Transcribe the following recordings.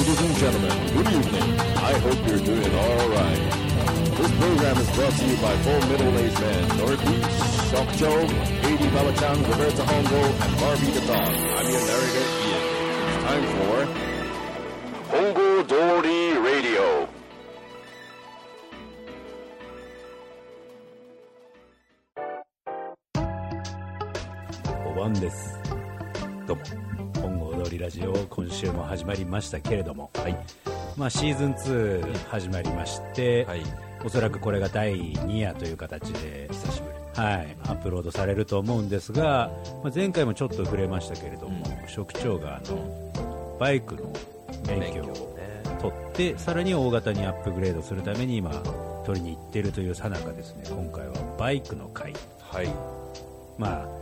Ladies and gentlemen, good evening. I hope you're doing all right. This program is brought to you by four middle-aged men, Dorothy, Shock Joe, Katie Balachan, Roberta Hongo, and Barbie the Dog. I'm your narrator, Ian. It's time for Hongo Dory Radio. 5番です。どうも本郷通りラジオ今週も始まりましたけれども、はい、シーズン2始まりまして、はい、おそらくこれが第2夜という形で久しぶりに、はい、アップロードされると思うんですが、前回もちょっと触れましたけれども、職長がバイクの免許を取って、さらに大型にアップグレードするために今取りに行っているという最中ですね、今回はバイクの回、はい、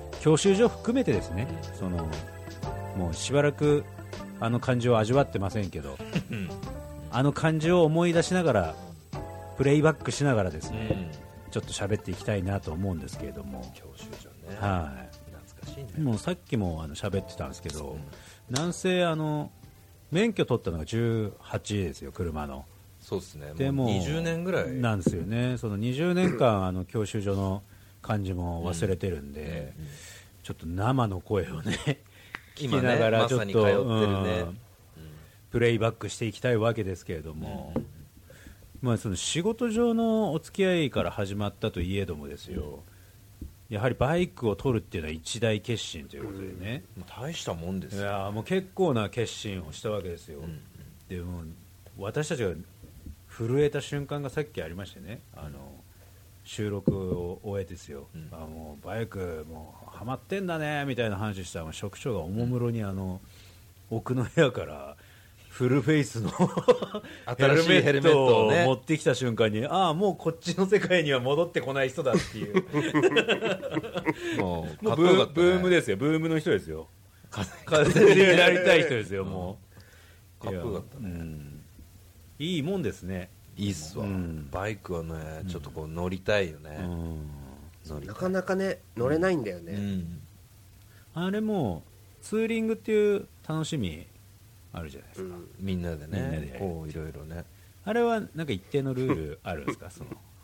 教習所含めてですね、もうしばらくあの感じを味わってませんけどあの感じを思い出しながらプレイバックしながらですね、ちょっと喋っていきたいなと思うんですけれども、 教習所ね、 はい、 懐かしいね。 もうさっきも喋ってたんですけど、なんせ免許取ったのが18ですよ、車の。 そうですね、 でも 20年ぐらいなんですよね。その20年間教習所の感じも忘れてるんで、ちょっと生の声をね聞きながらちょっと、プレイバックしていきたいわけですけれども、その仕事上のお付き合いから始まったといえどもですよ、やはりバイクを取るっていうのは一大決心ということでね、 大したもんですよ。 いやもう結構な決心をしたわけですよ。でも私たちが震えた瞬間がさっきありましてね、収録を終えてですよ、もうバイクもうハマってんだねみたいな話したら、職長がおもむろに奥の部屋からフルフェイスの新しいヘルメットを、ね、 持ってきた瞬間に、ああもうこっちの世界には戻ってこない人だっていうもうブームですよ、ブームの人ですよ、風になりたい人ですよ、もうかっこよかったね、 いいもんですね。 いいっすわ、バイクはねちょっとこう乗りたいよね、 なかなかね乗れないんだよね、 あれもツーリングっていう楽しみあるじゃないですか、 みんなでね、こういろいろね。 あれはなんか一定のルールあるんですか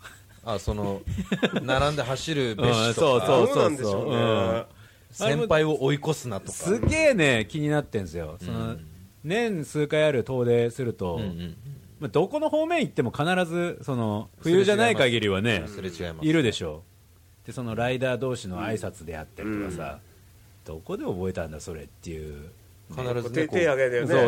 並んで走るべしとか、 そうなんでしょうね、 先輩を追い越すなとかすげえね気になってんですよ。年数回ある遠出すると、どこの方面行っても必ず冬じゃない限りはねいるでしょう。でライダー同士の挨拶であったりとかさ、どこで覚えたんだそれっていう、 必ずね手上げだよね、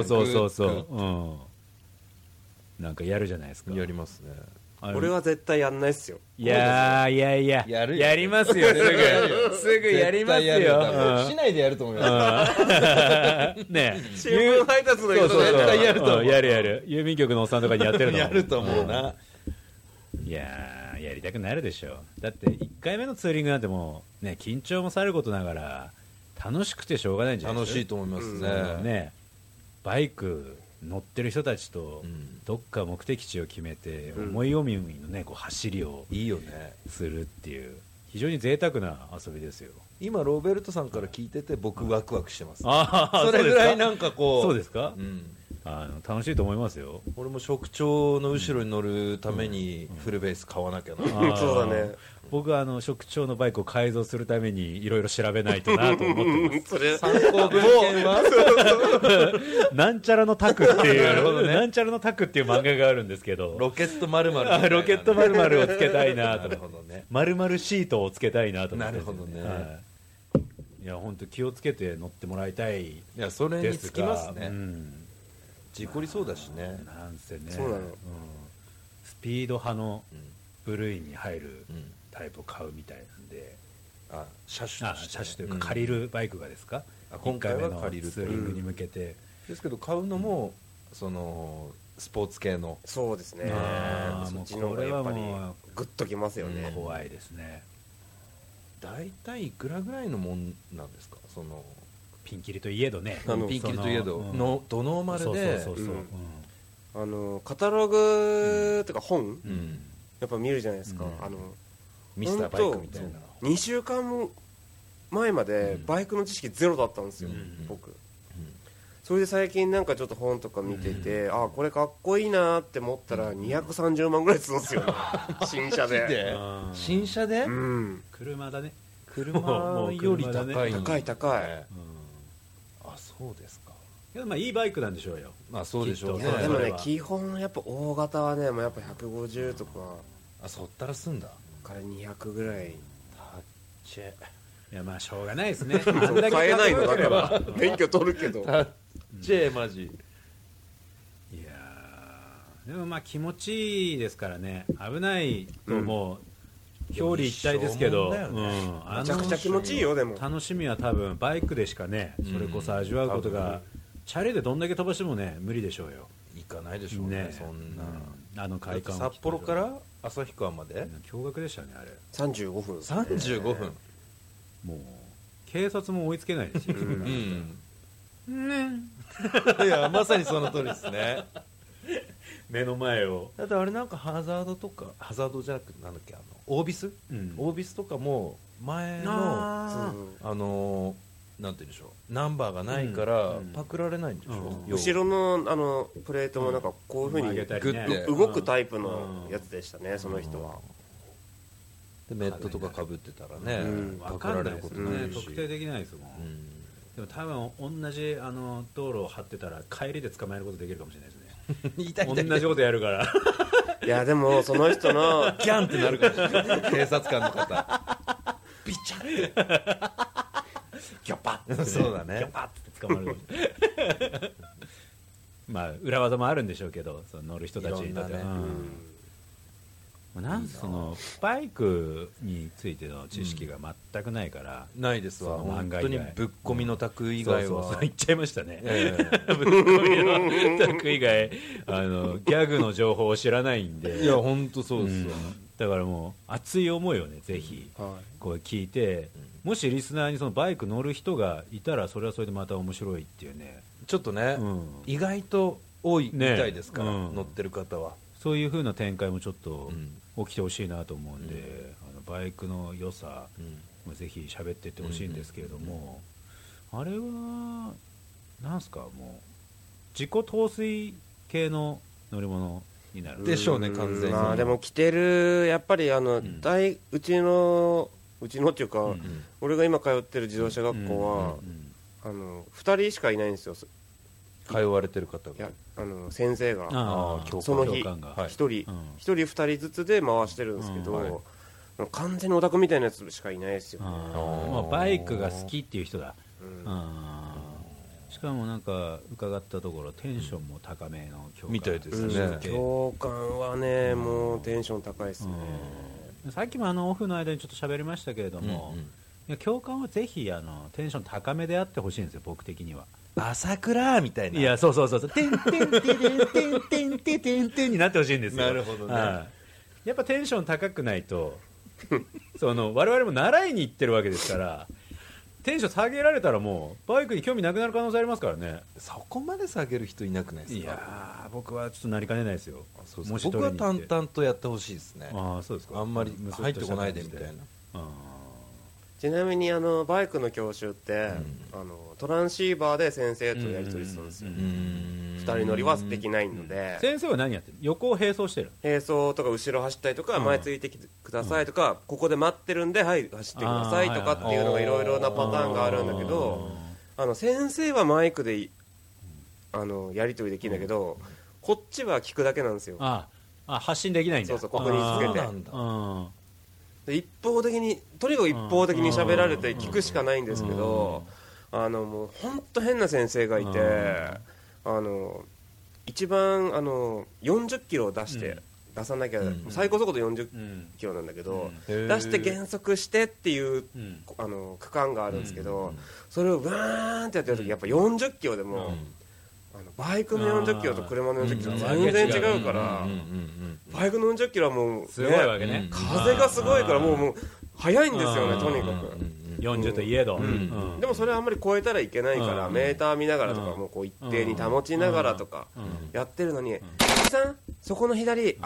なんかやるじゃないですか。 やりますね。 俺は絶対やんないっすよ。 いややりますよ、すぐやりますよ。 市内でやると思いますね。 新聞配達の人絶対やると思う。やる郵便局のおっさんとかにやってるのやると思うな。 いややりたくなるでしょ。だって1回目のツーリングなんてもうね、緊張もさることながら楽しくてしょうがないんじゃないですか。 楽しいと思いますね。バイク乗ってる人たちとどっか目的地を決めて、思い思いのねこう走りをいいよねするっていう非常に贅沢な遊びですよ。 今ロベルトさんから聞いてて僕ワクワクしてます。 それぐらいなんかこう、 そうですか、楽しいと思いますよ。 俺も職長の後ろに乗るためにフルベース買わなきゃな。 そうだね。 僕は職長のバイクを改造するためにいろいろ調べないとなと思ってます。 それ参考文献はなんちゃらのタクっていう、なんちゃらのタクっていう漫画があるんですけど、 ロケット丸々 ロケット丸々をつけたいなと。丸々シートをつけたいなと思って。 なるほどね。 いや本当気をつけて乗ってもらいたいですが。 いやそれにつきますね。事故りそうだしね。 なんせね。 そうなの。 スピード派の部類に入るタイプを買うみたいなんで、 車種というか借りるバイクがですか、 今回は借りるツーリングに向けて、 ですけど買うのもスポーツ系の。 そうですね。そっちの方がやっぱりグッときますよね。 怖いですね。 だいたいいくらぐらいのもんなんですか、 ピンキリといえどね。 ピンキリといえどのドノーマルで、 カタログとか本やっぱ見るじゃないですか。 ミスターバイクみたいな。 2週間前までバイクの知識ゼロだったんですよ、僕。 それで最近なんかちょっと本とか見てて、あこれかっこいいなって思ったら230万ぐらいするんですよね新車で。 新車で、 車だね。 車より高い、 高い高い、 あそうですか。 いやまあいいバイクなんでしょうよ。 まあそうでしょうね。 でもね基本やっぱ大型はねもうやっぱ150とか、 そったらすんだから200ぐらい。 いやまあしょうがないですね。 買えないのだから免許取るけど。 マジ。 いやでもまあ気持ちいいですからね。危ないともう表裏一体ですけど、 めちゃくちゃ気持ちいいよ。でも楽しみは多分バイクでしかね、それこそ味わうことが、チャリでどんだけ飛ばしてもね無理でしょうよ。 いかないでしょうねそんな。 あの快感。 札幌から旭川まで驚愕でしたねあれ。 35分。 35分。 もう警察も追いつけないですよ。 いやまさにその通りですね。 目の前を。 だってあれなんかハザードとかハザードじゃなくてなんだっけオービス、オービスとかも前のなんて言うんでしょうナンバーがないからパクられないんでしょ。 後ろのプレートもなんかこういう風にグッと動くタイプのやつでしたねその人は。 でメットとかかぶってたらねパクられることないし特定できないですもん。でも多分同じ道路を張ってたら帰りで捕まえることできるかもしれないですね。同じことやるから。 いやでもその人のギャンってなるかもしれない。警察官の方ビチャってギョパッて、 そうだね、 ギョパッて捕まる。まあ裏技もあるんでしょうけど、その乗る人たちにとっては。なんそのバイクについての知識が全くないから、 ないですわ。本当にぶっ込みの卓以外はそう言っちゃいましたね。ぶっ込みの卓以外ギャグの情報を知らないんで。 いや本当そうですよ。 だからもう熱い思いをねぜひこう聞いて、もしリスナーにそのバイク乗る人がいたらそれはそれでまた面白いっていうね。 ちょっとね、意外と多いみたいですから、乗ってる方は。 そういう風な展開もちょっと起きてほしいなと思うんで、バイクの良さもぜひ喋っていってほしいんですけれども、あれはなんすか、もう自己陶酔系の乗り物になるでしょうね完全に。 まあでも着てるやっぱりうちのっていうか、俺が今通ってる自動車学校は2人しかいないんですよ。 通われてる方が。 いや先生がその日1人2人ずつで回してるんですけど、完全にオタクみたいなやつしかいないですよね。 まあバイクが好きっていう人だ。しかもなんか伺ったところテンションも高めの教官みたいですね。 教官はねもうテンション高いですね。 さっきもオフの間にちょっと喋りましたけれども、教官はぜひテンション高めであってほしいんですよ僕的には。 朝倉みたいな。 いやそうてんてんてんてんてんてんてんてんになってほしいんですよ。 なるほどね。 やっぱテンション高くないと我々も習いに行ってるわけですからテンション下げられたらもうバイクに興味なくなる可能性ありますからね。 そこまで下げる人いなくないですか。 いや僕はちょっとなりかねないですよ。 もし僕は淡々とやってほしいですね。 そうですか。 あんまり入ってこないでみたいな。 ちなみにバイクの教習って、トランシーバーで先生とやり取りするんですよ。2人乗りはできないので。 先生は何やってる？横を並走してる？ 並走とか後ろ走ったりとか、前ついてきてくださいとか、ここで待ってるんではい走ってくださいとかっていうのがいろいろなパターンがあるんだけど、先生はマイクでやり取りできるんだけど、こっちは聞くだけなんですよ。 発信できないんだ。 そうここにつけて。一方的にとにかく一方的に喋られて聞くしかないんですけど、もう本当変な先生がいて、一番40キロを出さなきゃ、最高速度40キロなんだけど、出して減速してっていう区間があるんですけど、それをワーンってやってる時やっぱ40キロでもバイクの40キロと車の40キロ全然違うから、バイクの40キロはもうすごいわけね。 風がすごいからもう速いんですよねとにかく。 40といえど、 でもそれはあんまり超えたらいけないからメーター見ながらとかもうこう一定に保ちながらとかやってるのに、さんそこの左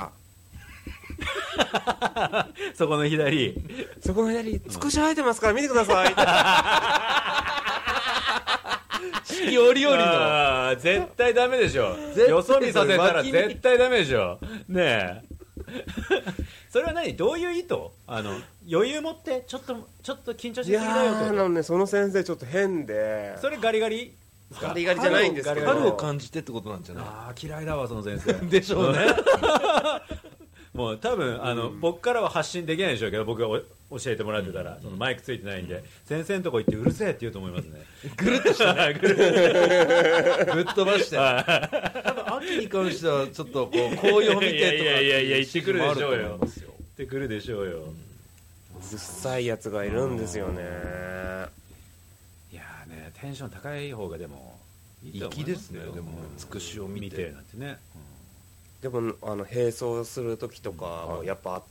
そこの左少し生えてますから見てください。 し四季折々の絶対ダメでしょ。よそ見させたら絶対ダメでしょ。ねえそれは何、どういう意図？余裕持ってちょっと緊張しすぎだよと。 いやね、その先生ちょっと変で、 それガリガリガリガリじゃないんですけど、 春を感じてってことなんじゃない？ ああ嫌いだわその先生でしょうねもう多分僕からは発信できないでしょうけど、僕が教えてもらってたら、そのマイクついてないんで、先生のとこ行ってうるせえって言うと思いますね。 ぐるっとしてねぶっ飛ばして多分秋に関してはちょっとこう紅葉見てとかっていう言ってくるでしょうよ。 言ってくるでしょうよ。 うっさいやつがいるんですよね。 いやーね、テンション高い方がでもいいと思いますよ。 粋ですね。でもつくしを見てなんてね。 でも並走する時とかもやっぱあって、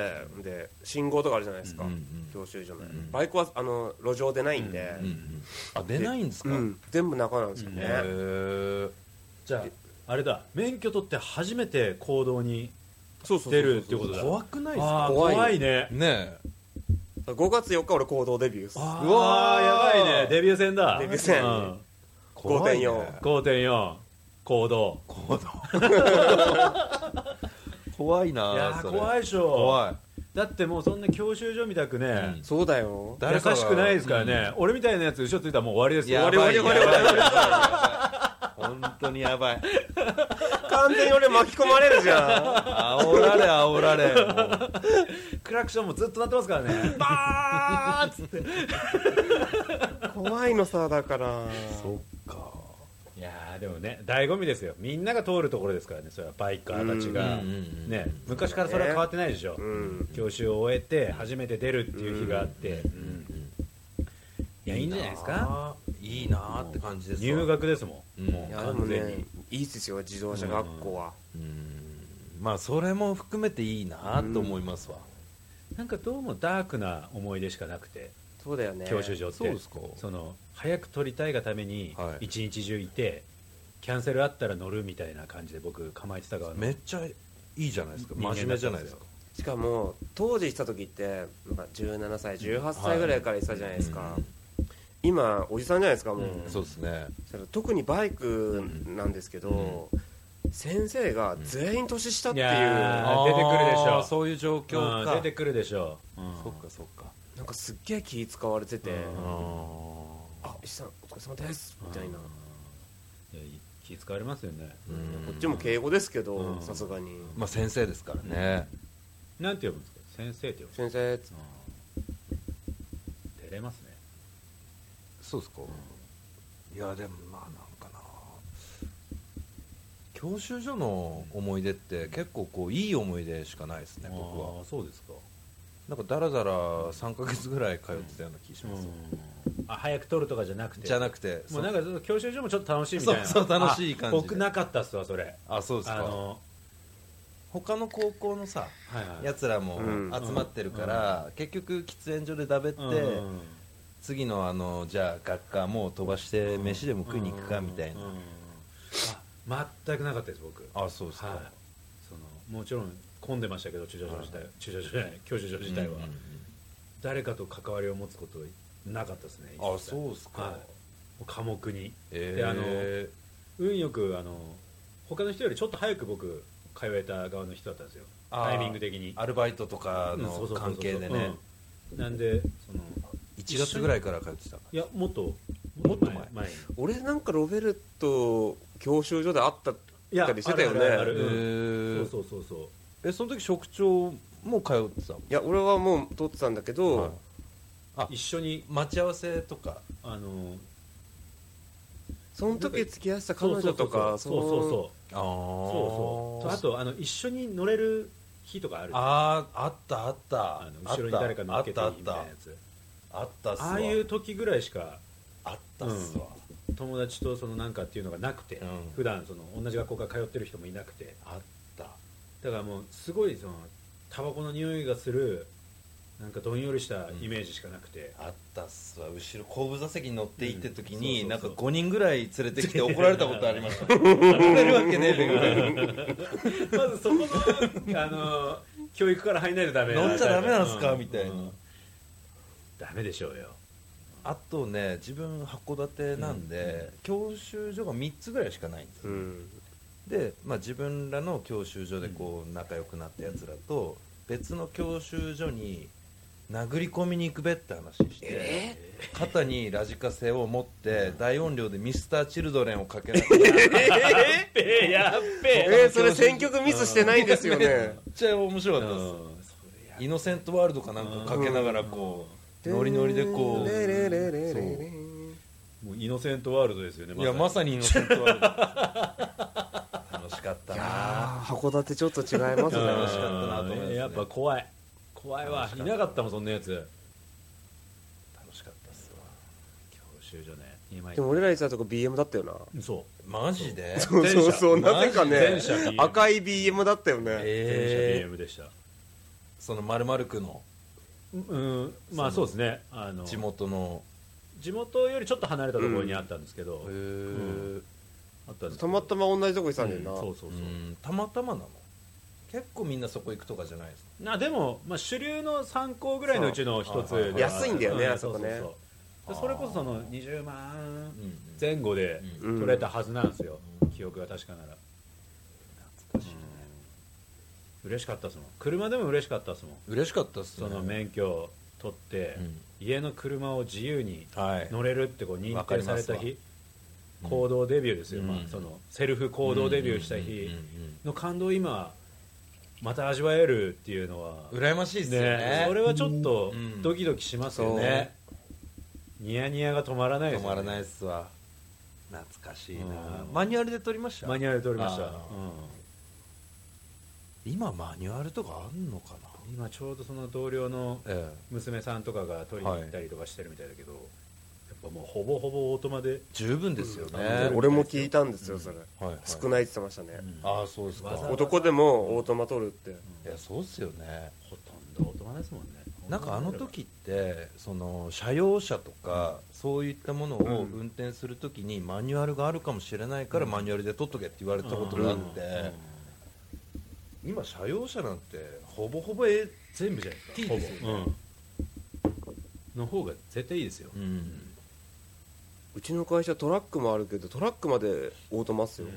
で信号とかあるじゃないですか、教習所の、バイクは路上でないんで、 あ、出ないんですか？ 全部中なんですよね。 じゃああれだ、免許取って初めて公道に出るっていうことだ。 怖くないですか？ 怖いね。 ねえ、5月4日俺公道デビューです。 うわー、やばいね、デビュー戦だ。 デビュー戦、5.4 5.4 行動怖いな。 いや怖いでしょ。 怖い。 だってもうそんな教習所みたくね、 そうだよ、 優しくないですからね。俺みたいなやつ後ろついたらもう終わりですよ。 終わり本当にやばい完全に俺巻き込まれるじゃん煽られクラクションもずっと鳴ってますからねバーッつって怖いのさ、だからそっか。 いやでもね、醍醐味ですよ。みんなが通るところですからね、それはバイカーたちがね、昔からそれは変わってないでしょ。教習を終えて初めて出るっていう日があって、いやいいんじゃないですか。 いいなーって感じです。 入学ですもん。もういやでもね、いいですよ自動車学校は。 まあそれも含めていいなと思いますわ。 なんかどうもダークな思い出しかなくて。 そうだよね、 教習所って。 そうですか。 その早く取りたいがために一日中いて、キャンセルあったら乗るみたいな感じで僕構えてた側の。 めっちゃいいじゃないですか。真面目じゃないですか。 しかも当時した時って17歳18歳ぐらいから言ってたじゃないですか。今おじさんじゃないですか、もう。 そうですね。 特にバイクなんですけど、先生が全員年下っていう、 出てくるでしょ。 そういう状況か。 出てくるでしょ。 そっかそっか。 なんかすっげえ気使われてて、あ、石さんお疲れ様ですみたいな。 気使われますよね。 こっちも敬語ですけど、さすがに。 まあ先生ですからね。 なんて呼ぶんですか？先生って呼ぶ。 先生。 照れますね。 そうですか。いやでもまあなんかな、教習所の思い出って結構こういい思い出しかないですね、僕は。 あ、そうですか。 なんかだらだら3ヶ月ぐらい通ってたような気します。 早く取るとかじゃなくてもうなんか教習所もちょっと楽しいみたいな。 そう楽しい感じで。 僕なかったっすわそれ。 あ、そうですか。他の高校のさやつらも集まってるから結局喫煙所でだべって次のじゃあ学科もう飛ばして飯でも食いに行くかみたいな。全くなかったです僕。 あ、そうですか。 もちろん混んでましたけど、駐車場自体、駐車場じゃない、教習所自体は誰かと関わりを持つことなかったですね。 あ、そうですか。 科目にで運よく他の人よりちょっと早く僕通えた側の人だったんですよ、タイミング的に。 アルバイトとかの関係でね。 なんで 1月ぐらいから通ってた。 いやもっと前。 俺なんかロベルト教習所で会ったりしてたよね。 そうその時職長も通ってた？いや俺はもう取ってたんだけど、 一緒に待ち合わせとかその時付き合ってた彼女とか。 あと一緒に乗れる日とかある。 あった後ろに誰か乗っけていいみたいなやつあったっすわ。 ああいう時ぐらいしかあったっすわ。 友達となんかっていうのがなくて、普段同じ学校から通ってる人もいなくて。 あった。 だからもうすごいタバコの匂いがするなんかどんよりしたイメージしかなくて。 あったっすわ。後ろ後部座席に乗って行って時になんか5人ぐらい連れてきて怒られたことありました乗れるわけねえべぐらいまずそこの教育から入んないとダメ。 乗っちゃダメなんすかみたいな。 ダメでしょうよ。 あとね自分函館なんで、教習所が3つぐらいしかないんですよ、で、自分らの教習所でこう仲良くなったやつらと別の教習所に殴り込みに行くべって話して、肩にラジカセを持って大音量でミスターチルドレンをかけながらやっべそれ選曲ミスしてないんですよね。 めっちゃ面白かったです。イノセントワールドかなんかかけながらこうノリノリでこう、 もうイノセントワールドですよね。 いやまさにイノセントワールド楽しかったな。 函館ちょっと違いますね。楽しかったなと思いますね。やっぱ怖いわ。いなかったもんそんなやつ。 楽しかったっすわ。 教習所ね。 でも俺ら行ってたとこ BM だったよな。 そうマジで。 そうなぜかね BM 赤い BM だったよね。 全車 BM でした。 その丸々区のそうですね、 地元よりちょっと離れたところにあったんですけど、あったんですけどたまたま同じとこ行ってたんだよな。 そうたまたまなの。結構みんなそこ行くとかじゃないですか。でも、主流の3校ぐらいのうちの一つで安いんだよね、あそこね。 それこそその20万前後で取れたはずなんですよ、記憶が確かなら。懐かしいね。嬉しかったですもん。車でも嬉しかったですもん。 嬉しかったっすね。 その免許取って、家の車を自由に乗れるってこう認定された日、行動デビューですよ、そのセルフ行動デビューした日の感動を今また味わえるっていうのは羨ましいですよね。 それはちょっとドキドキしますよね。ニヤニヤが止まらないですよね。 止まらないっすわ。懐かしいな。マニュアルで撮りました。 マニュアルで撮りました。 今マニュアルとかあんのかな。 今ちょうどその同僚の娘さんとかが撮りに行ったりとかしてるみたいだけど、やっぱもうほぼほぼオートマで十分ですよね。 俺も聞いたんですよそれ。少ないって言ってましたね。 ああそうですか。 男でもオートマ撮るって。 いやそうっすよね。 ほとんどオートマですもんね。 なんかあの時ってその車用車とかそういったものを運転する時にマニュアルがあるかもしれないからマニュアルで撮っとけって言われたことがあって、今車用車なんてほぼほぼ全部じゃないですか。 T ですよね。 の方が絶対いいですよ。 うちの会社トラックもあるけどトラックまでオートマっすよ。 いや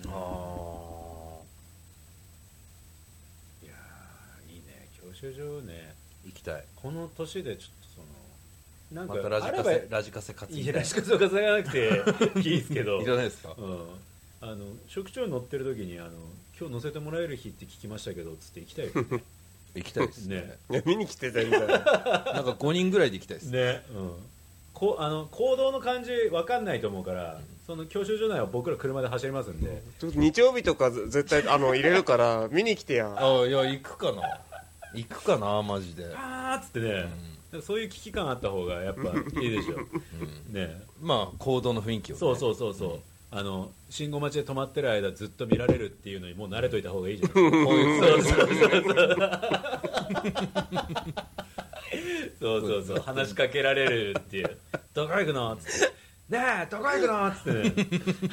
いいね。教習所ね行きたい。 この年でちょっとそのなんかまたラジカセ担いで。 いやラジカセを担がなくていいですけどいらないですか。 職長乗ってる時に今日乗せてもらえる日って聞きましたけどつって行きたいよね。 行きたいですね。 いや見に来てたみたいな。 なんか5人ぐらいで行きたいですね。行動の感じ分かんないと思うから、その教習所内は僕ら車で走りますんで、 ちょっと日曜日とか絶対入れるから見に来てや。 いや行くかなマジで。 あーっつってね、そういう危機感あった方がやっぱいいでしょ。ね。 行動の雰囲気をね。 そう信号待ちで止まってる間ずっと見られるっていうのにもう慣れといた方がいいじゃないですか。そう話しかけられるっていう。どこ行くのっつって、ねえどこ行くのっつってね。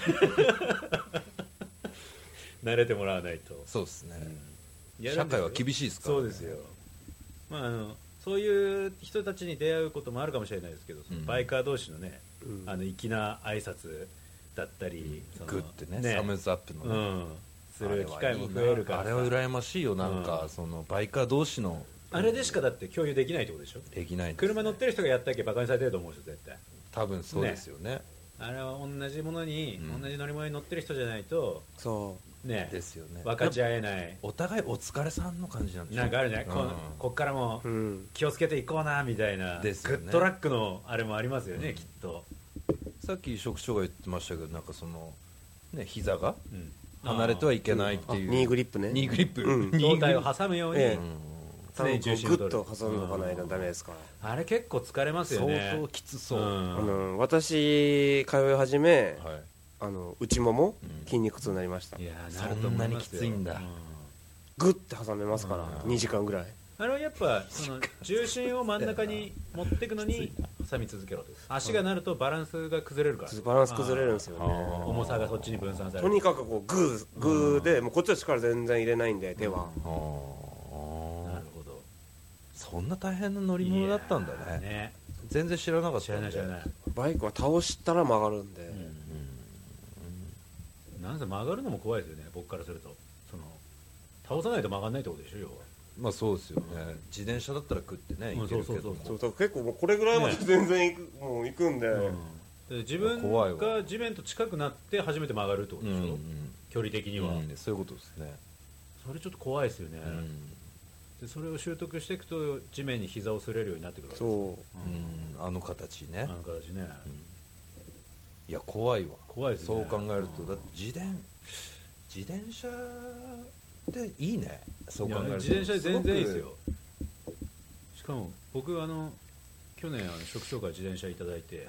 慣れてもらわないと。 そうですね。社会は厳しいですからね。 そうですよ。そういう人たちに出会うこともあるかもしれないですけど、バイカー同士のね、粋な挨拶だったり、 グッてね、サムズアップのする機会も増えるから。 あれは羨ましいよ。なんかそのバイカー同士のあれでしかだって共有できないってことでしょ。 できない。 車乗ってる人がやったっけバカにされてると思うでしょ絶対。 多分そうですよね。 あれは同じものに同じ乗り物に乗ってる人じゃないとねですよね。 分かち合えない。 お互いお疲れさんの感じなんでしょ。 なんかあるね。こっからも気をつけていこうなみたいな。グッドラックのあれもありますよねきっと。 さっき職長が言ってましたけど、なんかそのね膝が離れてはいけないっていう。 ニーグリップね。 ニーグリップ。 胴体を挟むように常に重心を取る。グッと挟んでおかないとダメですから。 あれ結構疲れますよね。 相当きつそう。 私通い始め内もも筋肉痛になりました。 いやそんなにきついんだ。 グッて挟めますから2時間ぐらい。 あれはやっぱその重心を真ん中に持っていくのに挟み続けろと。足がなるとバランスが崩れるから。 バランス崩れるんですよね。 重さがそっちに分散される。 とにかくこうグーでもうこっちは力全然入れないんで手は。 なるほど。 そんな大変な乗り物だったんだね。 全然知らなかった。 知らないバイクは倒したら曲がるんで、 なんせ曲がるのも怖いですよね、僕からすると。倒さないと曲がんないってことでしょ、要は。 まあそうですよね。自転車だったら食ってね、行けるけども。 そう結構もうこれぐらいまで全然もう行くんで、 自分が地面と近くなって初めて曲がるってことでしょ、距離的には。 そういうことですね。 それちょっと怖いですよね。でそれを習得していくと地面に膝を擦れるようになってくるわけです。 そう、 あの形ね。 あの形ね。 いや怖いわ。 怖いですね。 そう考えるとだって自転車っていいね。そう考えると自転車で全然いいですよ。しかも僕去年職紹介自転車いただいて、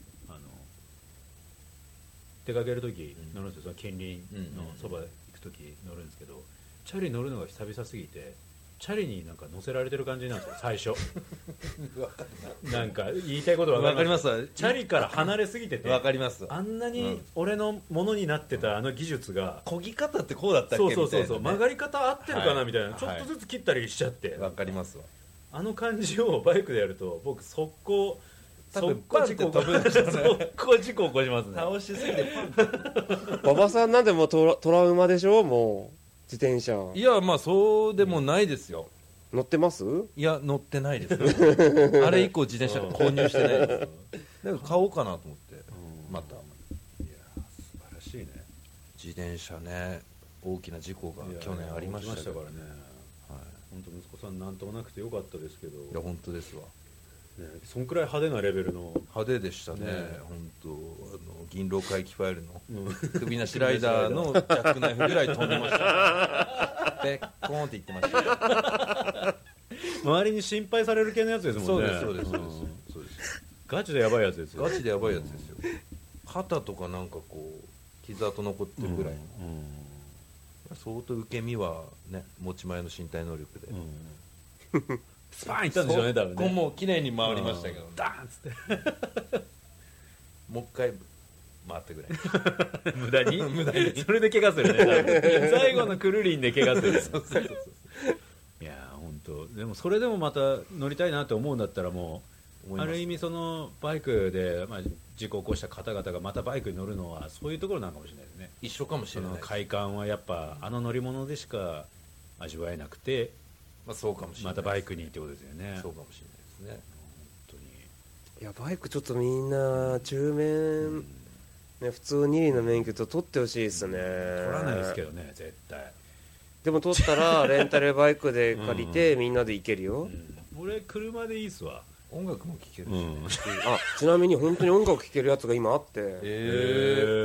出かける時乗るんですよ。その近隣のそば行く時乗るんですけど、チャリ乗るのが久々すぎてチャリになんか乗せられてる感じなんですよ最初。なんか言いたいこと分かります。チャリから離れすぎてて分かります。 あんなに俺のものになってたあの技術が漕ぎ方ってこうだったっけみたいな、ね、 そう曲がり方合ってるかなみたいな、ちょっとずつ切ったりしちゃって、 分かりますわ。 あの感じをバイクでやると僕速攻多分パンって飛ぶでしょうね。 速攻事故起こしますね。 倒しすぎてパン。 馬場さんなんでもうトラウマでしょ、もう自転車。 いやまあそうでもないですよ。 乗ってます？ いや乗ってないですあれ以降自転車購入してないです。だから買おうかなと思ってまた。いや素晴らしいね。 自転車ね、大きな事故が去年ありましたからね。 本当息子さんなんともなくてよかったですけど。 いや本当ですわ。 そんくらい派手なレベルの派手でしたね。本当銀狼回帰ファイルの首なしライダーのジャックナイフぐらい飛んでました。ペッコーンって言ってました。 周りに心配される系のやつですもんね。 そうです。 ガチでやばいやつですよ。 ガチでやばいやつですよ。肩とかなんかこう傷跡残ってるぐらいの、相当受け身はね、持ち前の身体能力で、 スパーンいったんでしょうね、多分ね。 ここも綺麗に回りましたけど、 ダーンっつってもう一回回ってくれ。 無駄にそれで怪我するね。最後のクルリンで怪我する。そういや本当でもそれでもまた乗りたいなって思うんだったらもうある意味そのバイクで、事故を起こした方々がまたバイクに乗るのはそういうところなのかもしれないですね。 一緒かもしれない。 快感はやっぱあの乗り物でしか味わえなくて、 そうかもしれない。 またバイクにってことですよね。 そうかもしれないですね。 本当に。 いやバイクちょっとみんな中面、ね、普通2輪の免許と取ってほしいですね。 取らないですけどね絶対。 でも取ったらレンタルバイクで借りてみんなで行けるよ。 俺車でいいっすわ。 音楽も聴けるし、 ちなみに本当に音楽聴けるやつが今あって、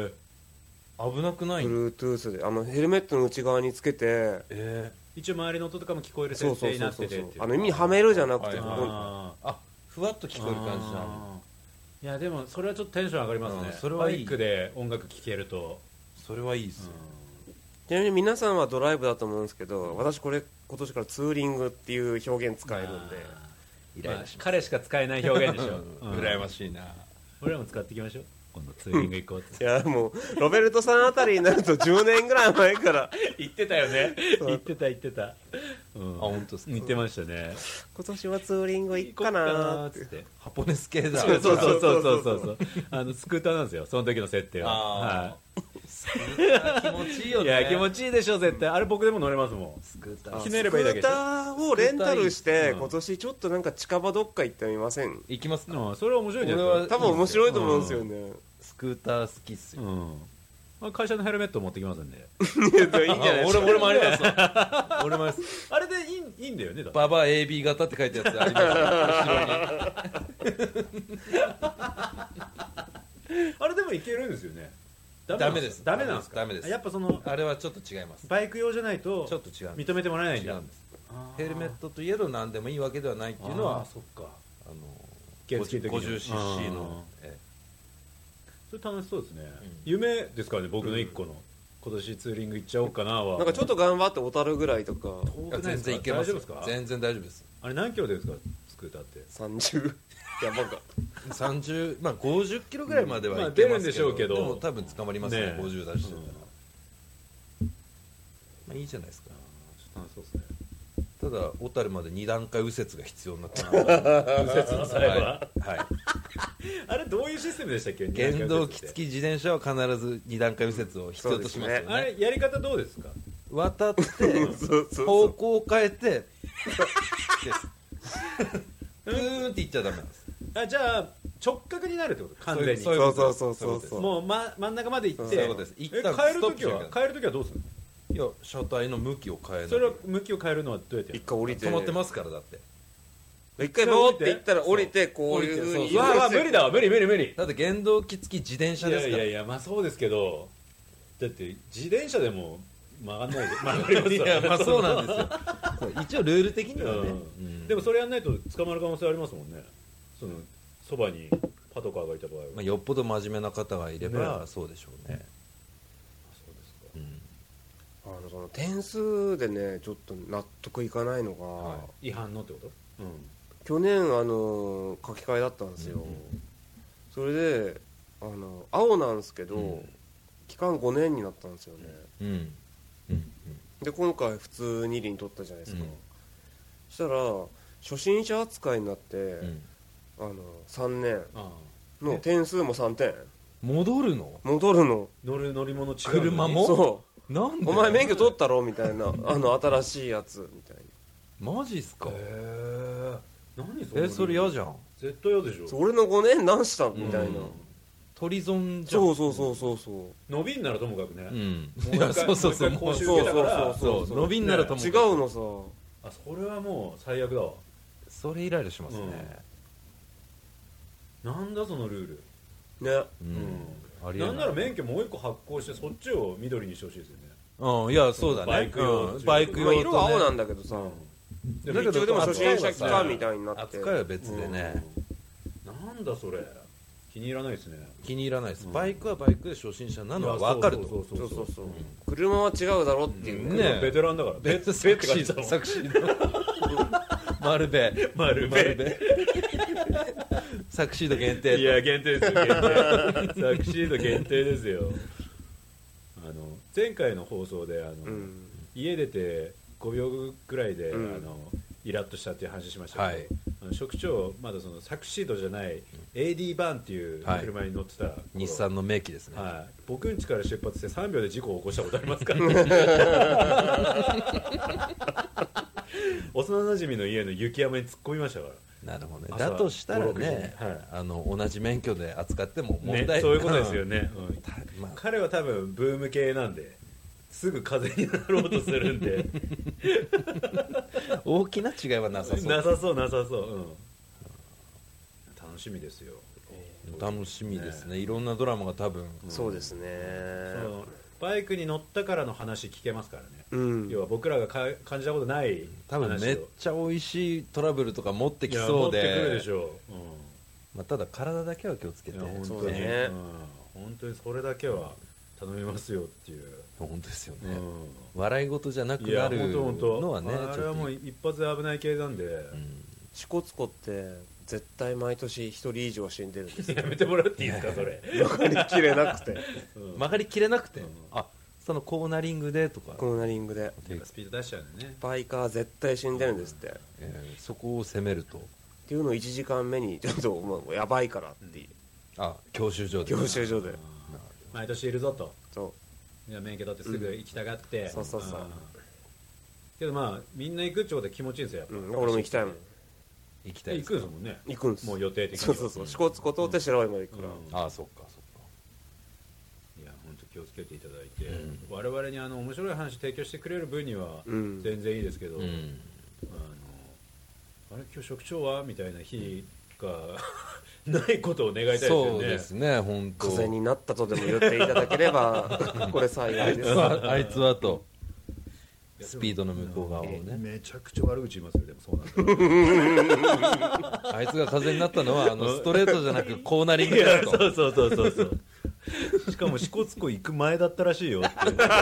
危なくない？ Bluetooth でヘルメットの内側につけて、 一応周りの音とかも聞こえる設定になってて、 耳にはめるじゃなくて、 ふわっと聞こえる感じなの。 いやでもそれはちょっとテンション上がりますね。それはいい。バイクで音楽聴けるとそれはいいですよ。 ちなみに皆さんはドライブだと思うんですけど、私今年からツーリングっていう表現使えるんで、 彼しか使えない表現でしょ。 羨ましいな。 俺らも使っていきましょう。今度ツーリング行こうって。 いやもうロベルトさんあたりになると10年ぐらい前から言ってたよね。言ってた。 本当ですか。 言ってましたね。 今年はツーリング行くかなーって。 ハポネス系だ。 そうスクーターなんですよその時の設定は。 気持ちいいよね。 いや気持ちいいでしょ絶対。あれ僕でも乗れますもん。 スクーターひねればいいだけでしょ。 スクーターをレンタルして今年ちょっとなんか近場どっか行ってみません？ 行きますか。 それは面白いんじゃないですか。 多分面白いと思うんですよね。 スクーター好きっすよ。 会社のヘルメット持ってきますんで。 いいんじゃないですか。 俺もあります。俺もあります。 あれでいいんだよね。 ババ AB 型って書いたやつありますよ後ろに。 あれでもいけるんですよね。 ダメです。 ダメなんですか。 ダメです。 やっぱあれはちょっと違います。 バイク用じゃないとちょっと違う。 認めてもらえないんだ。 違うんです。ヘルメットといえど何でもいいわけではないっていうのは、 そっか。 50cc の。 それ楽しそうですね。夢ですからね僕の一個の。今年ツーリング行っちゃおうかなは。 なんかちょっと頑張って小樽ぐらいとか。 全然行けます。全然大丈夫です。 あれ何キロですかスクーターって。 30。やばか。 30、50キロぐらいまでは行けますけど。 出るんでしょうけど。 でも多分捕まりますね。50出してたら。いいじゃないですか。 そうですね。 ただ小樽まで2段階右折が必要になって右折の際は、 はいあれどういうシステムでしたっけ？ 原動機付き自転車は必ず2段階右折を必要としますよね。 あれやり方どうですか？ 渡って方向を変えてブーンって行っちゃダメなんです。 あ、じゃあ直角になるってこと？完全に。 そうもう、真ん中まで行って、 そういうことです。一旦変えるときはどうするの？ いや、車体の向きを変えない。 それは向きを変えるのはどうやってやるの？ 一回降りて止まってますからだって。 一回ボーって行ったら降りてこういう風に。 うわ無理だわ、無理。 だって原動機付き自転車ですから。 いやまあそうですけど、だって自転車でも曲がんないで。 いやまあそうなんですよ。一応ルール的にはね。 でもそれやんないと捕まる可能性ありますもんね。そばにパトカーがいた場合は。 まあよっぽど真面目な方がいればそうでしょうね。 そうですか。 その点数でねちょっと納得いかないのが、 違反のってこと？ 去年書き換えだったんですよ。それで青なんですけど、期間5年になったんですよね。で今回普通二輪取ったじゃないですか。そしたら初心者扱いになって、3年の点数も3点戻るの乗り物違う車もそうなんでお前免許取ったろみたいな新しいやつみたいな。マジっすか？ 何それ嫌じゃん。 絶対嫌でしょ。 俺の5年何したみたいな。 取り損じゃん。 そう伸びんならともかくね。 いやそう講習受けたから伸びんならともかく違うのさ。 それはもう最悪だわ。 それイライラしますね。 なんだそのルールね。 なんなら免許もう一個発行してそっちを緑にしてほしいですよね。 いやそうだね。バイク用色は青なんだけどさ。だけどでも初心者期間みたいになって扱いは別でね。 なんだそれ気に入らないですね。 気に入らないです。バイクはバイクで初心者なのは分かると。 そう車は違うだろっていうね。ベテランだから。 サクシード丸ベサクシード限定。 いや限定ですよ。サクシード限定ですよ。前回の放送で家出て5秒ぐらいでイラッとしたっていう話しましたけど、職長まだそのサクシードじゃない AD バンっていう車に乗ってた日産の名機ですね。 僕ん家から出発して3秒で事故を起こしたことありますからね。幼馴染の家の雪山に突っ込みましたから。 なるほどね。だとしたらね、同じ免許で扱っても問題そういうことですよね。彼は多分ブーム系なんですぐ風になろうとするんで大きな違いはなさそう。 なさそう。楽しみですよ。 楽しみですね。いろんなドラマが多分。 そうですね。 バイクに乗ったからの話聞けますからね。要は僕らが感じたことない多分めっちゃ美味しいトラブルとか持ってきそうで。 持ってくるでしょう。 ただ体だけは気をつけて。 本当にそれだけは頼みますよっていう。 本当ですよね。笑い事じゃなくなるのはね。 あれはもう一発で危ない系なんで。 支笏湖って絶対毎年1人以上死んでるんですよ。 やめてもらっていいですかそれ。 曲がりきれなくて。 曲がりきれなくて。そのコーナリングでとか。 コーナリングで。 スピード出しちゃうんだね。 バイカー絶対死んでるんですって。 そこを攻めると。 っていうのを1時間目にちょっともうやばいからっていう。 教習所で。 毎年いるぞと。 そう。 いや免許取ってすぐ行きたがって。 そう。 けどみんな行くってことで気持ちいいんですよ。 俺も行きたいもん。 行くんですもんね。 行くんです。 もう予定的に。 そう支笏湖通って白老まで行くから。そっか。 いや本当気をつけていただいて、我々に面白い話提供してくれる分には全然いいですけど、あれ今日職長はみたいな日がないことを願いたいですよね。 そうですね。本当。 風になったとでも言っていただければこれ幸いです。 あいつはと。スピードの向こう側をね。 めちゃくちゃ悪口言いますよ。でもそうなんだ。 あいつが風になったのはストレートじゃなくコーナリングだと。 そうしかも支笏湖行く前だったらしいよって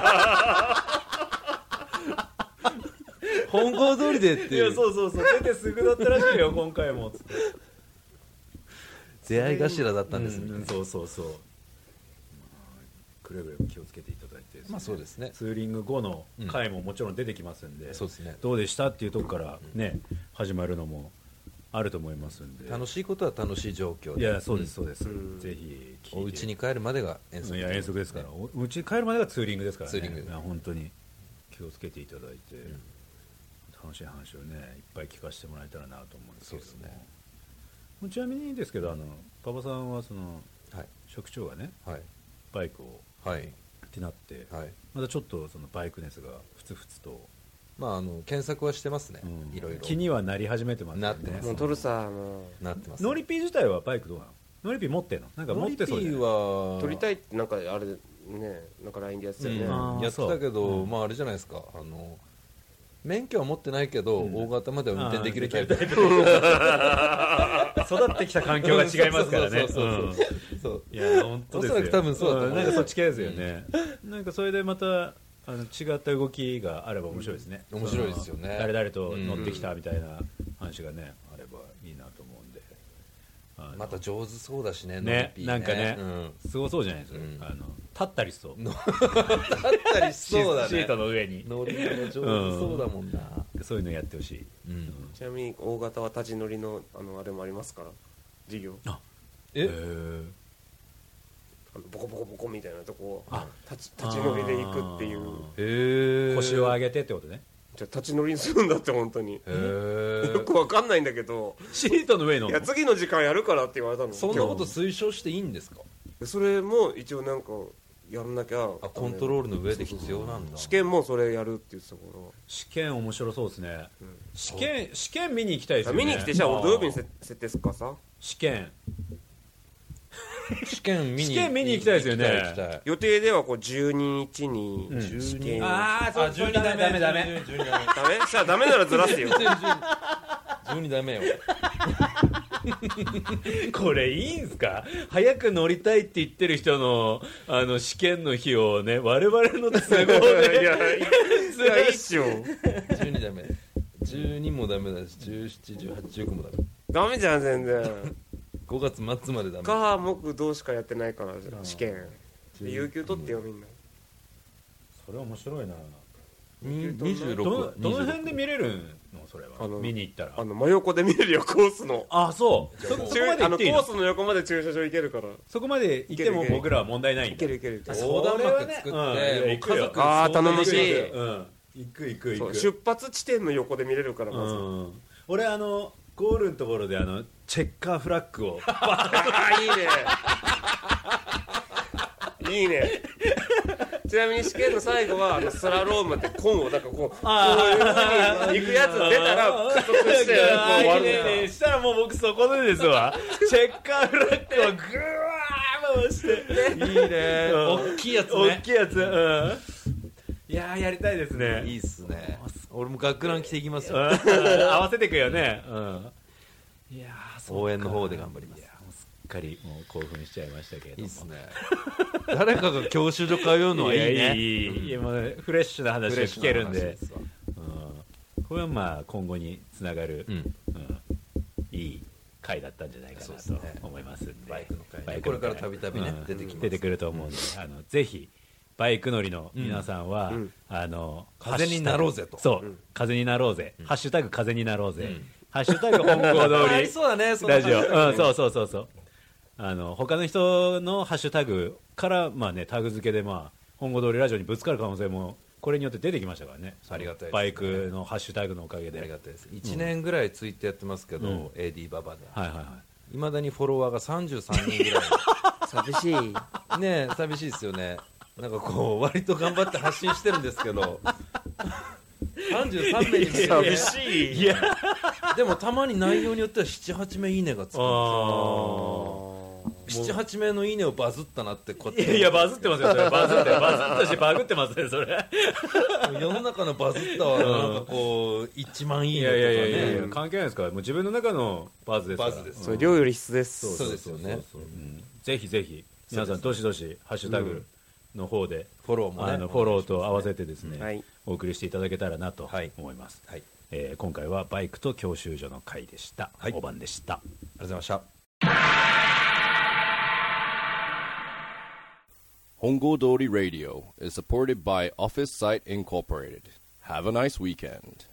本郷通りでっていう。 そう出てすぐだったらしいよ今回もつって出会い頭だったんですね。 そうくれぐれも気をつけていただいてですね、 まあそうですね、 ツーリング後の回ももちろん出てきますんで、 そうですね、 どうでしたっていうところからね、始まるのもあると思いますんで、 楽しいことは楽しい状況で、 いやそうですそうです、ぜひ聞いて、 お家に帰るまでが遠足、 いや遠足ですから、お家に帰るまでがツーリングですからね、 ツーリング、 いや本当に気をつけていただいて、楽しい話をねいっぱい聞かせてもらえたらなと思うんですけども、そうですね、ちなみにですけど馬場さんはその、はい、職長がね、はい、バイクを、はい、ってなって、はい、まだちょっとそのバイク熱がふつふつと、 まあ、検索はしてますね、いろいろ気にはなり始めてますね。 なってます、もう撮るさ、もうなってます、ね、 ノリピー自体はバイクどうなの？ノリピー持ってんの？なんか持ってそうじゃない？ ノリピーは撮りたいってなんかあれね、なんか LINE でやってたよね、 やってたけど、まああれじゃないですか、免許は持ってないけど、大型までは運転できるタイプ、 育ってきた環境が違いますからね。いや本当ですよ。 おそらく多分そうだと思う。 なんかそっち系ですよね。なんかそれでまた違った動きがあれば面白いですね。 面白いですよね。 誰々と乗ってきたみたいな話がねあればいいなと思うんで。 また上手そうだしね。 ね、なんかね、すごそうじゃないですか。立ったりしそう。 立ったりしそうだね。 シートの上に。 乗りも上手そうだもんな。 そういうのやってほしい。 ちなみに大型は立ち乗りのあれもありますから、授業。ボコボコボコみたいなとこを立ち乗りで行くっていう。 腰を上げてってことね。 じゃあ立ち乗りにするんだって本当に。よくわかんないんだけど。 シートの上の。 いや次の時間やるからって言われたの。 そんなこと推奨していいんですか？ それも一応なんかやんなきゃ。 コントロールの上で必要なんだ。 試験もそれやるって言ってたから。 試験面白そうですね。試験見に行きたいですよね。 見に来て、じゃあ俺土曜日に設定すっかさ。 試験見に行きたいですよね。 予定ではこう12日に試験。 12ダメダメじゃあダメならずらすよ。 12ダメよ。 これいいんすか？早く乗りたいって言ってる人の試験の日をね、我々の都合でいやいいっしょ。 12ダメ、12もダメだし、17、18、19もダメ。 ダメじゃん全然。 5月末までダメ。 火木土しかやってないから試験。有給取ってよみんな。 それ面白いな。 26 どの辺で見れるの？それは見に行ったら真横で見れるよ、コースの。 あ、そうそこまで行っていいの？ コースの横まで駐車場行けるから。 そこまで行っても僕らは問題ないんだ。 行ける行ける。 横断幕作って家族頼もしい。 行く。 出発地点の横で見れるからまず。 俺ゴールのところでチェッカーフラッグをいいねちなみに試験の最後はスラロームってコーンをなんかこういう風に行くやつ出たら加速して終わるんだ。 したらもう僕そこでですわ。チェッカーフラッグをグワー回していいね。大きいやつね。 大きいやつ。いややりたいですね。 いいっすね。俺も学ラン着ていきますよ。 合わせてくよね。いや応援の方で頑張ります。 すっかりもう興奮しちゃいましたけれども。 いいっすね。誰かが教習所通うのはいいね。 いやもうフレッシュな話が聞けるんで、これはまあ今後につながるいい回だったんじゃないかなと思いますんで。 バイクの回。これからたびたびね出てくると思うんで、ぜひバイク乗りの皆さんは風になろうぜと。 そう、風になろうぜ。ハッシュタグ風になろうぜ。ハッシュタグ本郷通りそうだね、 ラジオ。そう他の人のハッシュタグからまあねタグ付けで本郷通りラジオにぶつかる可能性もこれによって出てきましたからね。 ありがたいですね。 バイクのハッシュタグのおかげで。 ありがたいです。1年ぐらいツイッターやってますけど、AD ババで。 はいはいはい。 未だにフォロワーが33人ぐらい。 寂しい。 ね、寂しいですよね。なんかこう割と頑張って発信してるんですけど。33名に寂しい。 いやでもたまに内容によっては 7,8 名いいねがつくんですよ。7,8 名のいいねをバズったなってこうやって。 いやバズってますよそれ。バズったしバグってますねそれ。 世の中のバズったはなんかこう1万いいねとかね。 いや関係ないですから。もう自分の中のバズですから。 バズです。 それ量より質です。 そうですよね。 ぜひぜひ皆さんどしどしハッシュタグの方でフォローもねフォローと合わせてですね、 はい、 お送りしていただけたらなと思います、はい。今回はバイクと教習所の会でした、はい、おばんでした。 ありがとうございました。 Hongo Dori Radio is supported by Office Site Incorporated. Have a nice weekend.